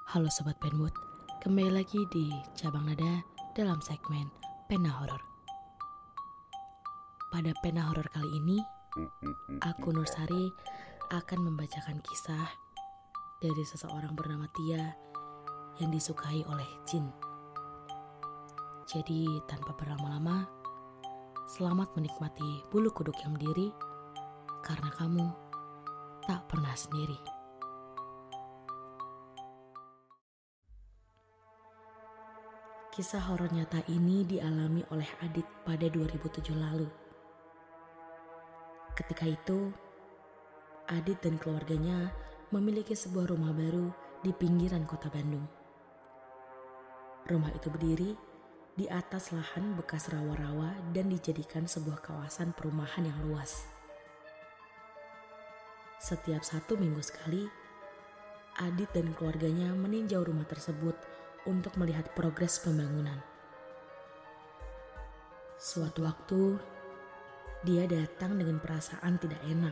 Halo Sobat Penwood, kembali lagi di Cabang Nada dalam segmen Pena Horor. Pada Pena Horor kali ini, aku Nursari akan membacakan kisah dari seseorang bernama Tia yang disukai oleh jin. Jadi tanpa berlama-lama, selamat menikmati bulu kuduk yang berdiri, karena kamu tak pernah sendiri. Kisah horor nyata ini dialami oleh Adit pada 2007 lalu. Ketika itu, Adit dan keluarganya memiliki sebuah rumah baru di pinggiran kota Bandung. Rumah itu berdiri di atas lahan bekas rawa-rawa dan dijadikan sebuah kawasan perumahan yang luas. Setiap 1 minggu sekali, Adit dan keluarganya meninjau rumah tersebut untuk melihat progres pembangunan. Suatu waktu, dia datang dengan perasaan tidak enak.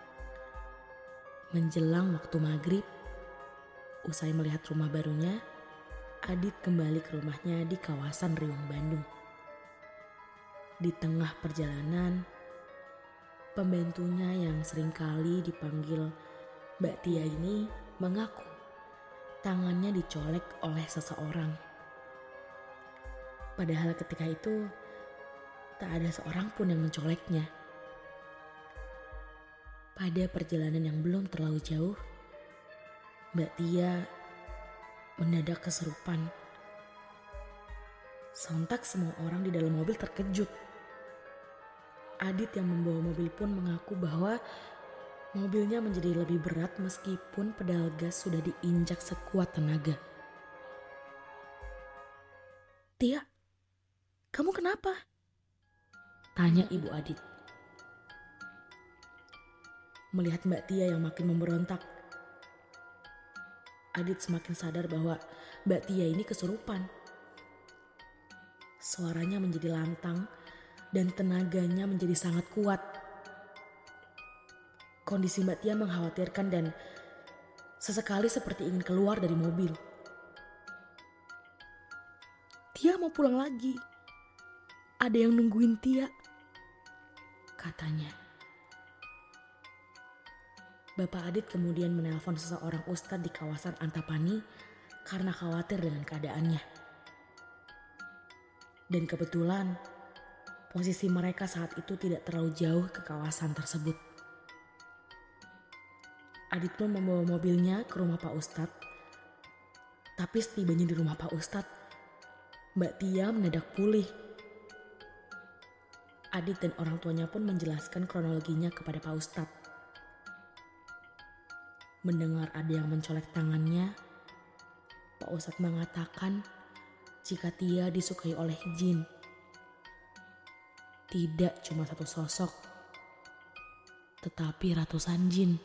Menjelang waktu maghrib, usai melihat rumah barunya, Adit kembali ke rumahnya di kawasan Riung, Bandung. Di tengah perjalanan, pembantunya yang seringkali dipanggil Mbak Tia ini mengaku tangannya dicolek oleh seseorang. Padahal ketika itu tak ada seorang pun yang mencoleknya. Pada perjalanan yang belum terlalu jauh, Mbak Tia mendadak kesurupan. Sontak semua orang di dalam mobil terkejut. Adit yang membawa mobil pun mengaku bahwa mobilnya menjadi lebih berat meskipun pedal gas sudah diinjak sekuat tenaga. "Tia, kamu kenapa?" tanya ibu Adit. Melihat Mbak Tia yang makin memberontak, Adit semakin sadar bahwa Mbak Tia ini kesurupan. Suaranya menjadi lantang dan tenaganya menjadi sangat kuat. Kondisi Mbak Tia mengkhawatirkan dan sesekali seperti ingin keluar dari mobil. "Tia mau pulang lagi. Ada yang nungguin Tia," katanya. Bapak Adit kemudian menelpon seseorang ustadz di kawasan Antapani karena khawatir dengan keadaannya. Dan kebetulan posisi mereka saat itu tidak terlalu jauh ke kawasan tersebut. Adit pun membawa mobilnya ke rumah Pak Ustadz. Tapi setibanya di rumah Pak Ustadz, Mbak Tia mendadak pulih. Adit dan orang tuanya pun menjelaskan kronologinya kepada Pak Ustadz. Mendengar ada yang mencolek tangannya, Pak Ustadz mengatakan jika Tia disukai oleh jin. Tidak cuma satu sosok, tetapi ratusan jin.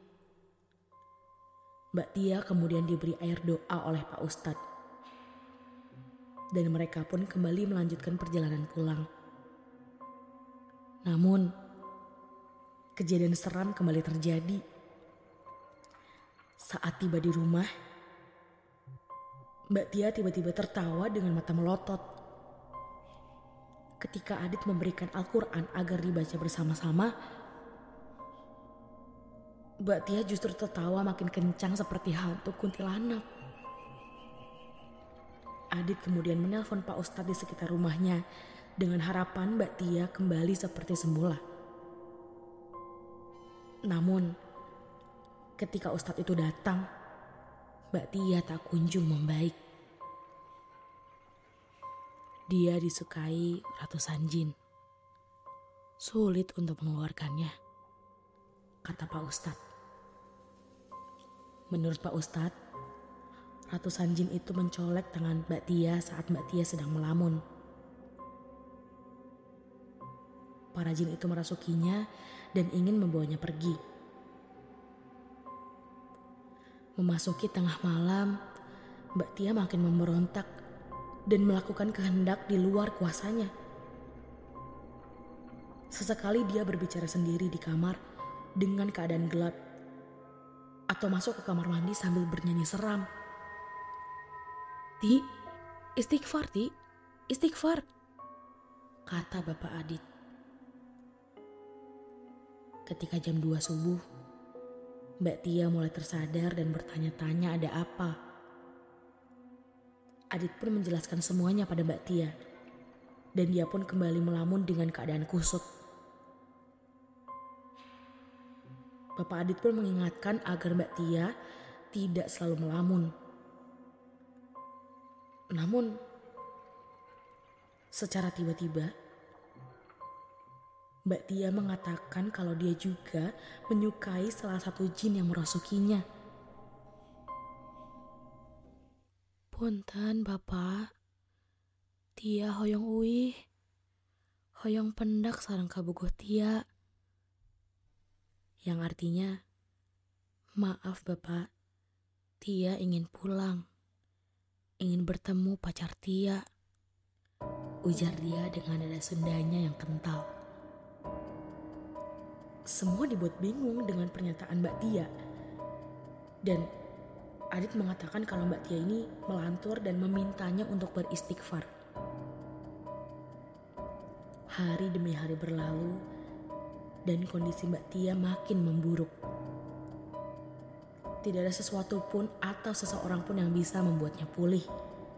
Mbak Tia kemudian diberi air doa oleh Pak Ustadz. Dan mereka pun kembali melanjutkan perjalanan pulang. Namun, kejadian seram kembali terjadi. Saat tiba di rumah, Mbak Tia tiba-tiba tertawa dengan mata melotot. Ketika Adit memberikan Al-Quran agar dibaca bersama-sama, Mbak Tia justru tertawa makin kencang seperti hantu kuntilanak. Adit kemudian menelpon Pak Ustadz di sekitar rumahnya dengan harapan Mbak Tia kembali seperti semula. Namun, ketika Ustadz itu datang, Mbak Tia tak kunjung membaik. Dia disukai ratusan jin. Sulit untuk mengeluarkannya, kata Pak Ustadz. Menurut Pak Ustadz, ratusan jin itu mencolek tangan Mbak Tia saat Mbak Tia sedang melamun. Para jin itu merasukinya dan ingin membawanya pergi. Memasuki tengah malam, Mbak Tia makin memberontak dan melakukan kehendak di luar kuasanya. Sesekali dia berbicara sendiri di kamar dengan keadaan gelap, atau masuk ke kamar mandi sambil bernyanyi seram. Ti, istighfar Ti, istighfar, kata Bapak Adit. Ketika jam 2 subuh, Mbak Tia mulai tersadar dan bertanya-tanya ada apa. Adit pun menjelaskan semuanya pada Mbak Tia, dan dia pun kembali melamun dengan keadaan kusut. Bapak Adit pun mengingatkan agar Mbak Tia tidak selalu melamun. Namun, secara tiba-tiba, Mbak Tia mengatakan kalau dia juga menyukai salah satu jin yang merasukinya. Punten Bapak, Tia hoyong uih, hoyong pendak sareng kabogoh Tia. Yang artinya, maaf Bapak, Tia ingin pulang, ingin bertemu pacar Tia, ujar dia dengan nada Sundanya yang kental. Semua dibuat bingung dengan pernyataan Mbak Tia. Dan Adit mengatakan kalau Mbak Tia ini melantur dan memintanya untuk beristighfar. Hari demi hari berlalu dan kondisi Mbak Tia makin memburuk. Tidak ada sesuatu pun atau seseorang pun yang bisa membuatnya pulih.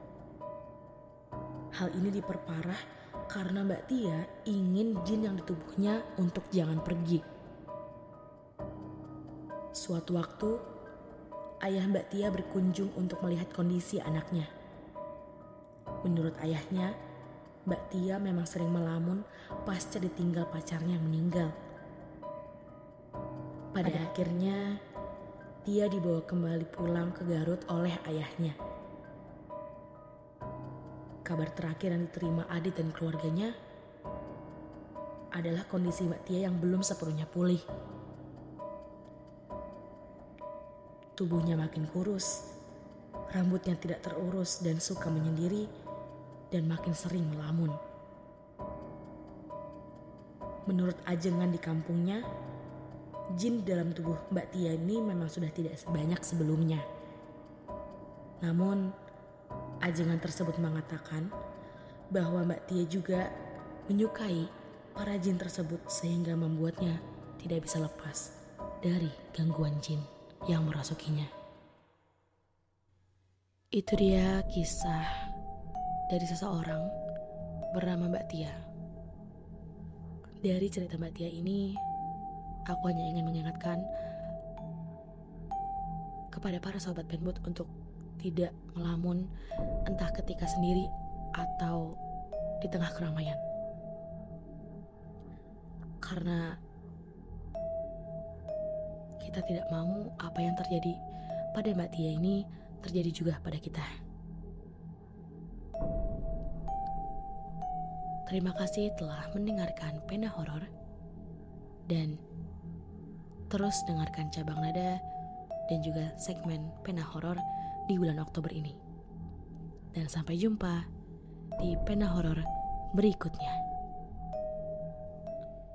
Hal ini diperparah karena Mbak Tia ingin jin yang di tubuhnya untuk jangan pergi. Suatu waktu, ayah Mbak Tia berkunjung untuk melihat kondisi anaknya. Menurut ayahnya, Mbak Tia memang sering melamun pasca ditinggal pacarnya yang meninggal. Pada akhirnya, Tia dibawa kembali pulang ke Garut oleh ayahnya. Kabar terakhir yang diterima Adit dan keluarganya adalah kondisi Mbak Tia yang belum sepenuhnya pulih. Tubuhnya makin kurus, rambutnya tidak terurus dan suka menyendiri, dan makin sering melamun. Menurut ajengan di kampungnya, jin dalam tubuh Mbak Tia ini memang sudah tidak sebanyak sebelumnya. Namun, ajengan tersebut mengatakan bahwa Mbak Tia juga menyukai para jin tersebut sehingga membuatnya tidak bisa lepas dari gangguan jin yang merasukinya. Itu dia kisah dari seseorang bernama Mbak Tia. Dari cerita Mbak Tia ini, aku hanya ingin mengingatkan kepada para sahabat Penbut untuk tidak melamun entah ketika sendiri atau di tengah keramaian. Karena kita tidak mau apa yang terjadi pada Mbak Tia ini terjadi juga pada kita. Terima kasih telah mendengarkan Pena Horor dan terus dengarkan cabang nada dan juga segmen Pena Horor di bulan Oktober ini. Dan sampai jumpa di Pena Horor berikutnya.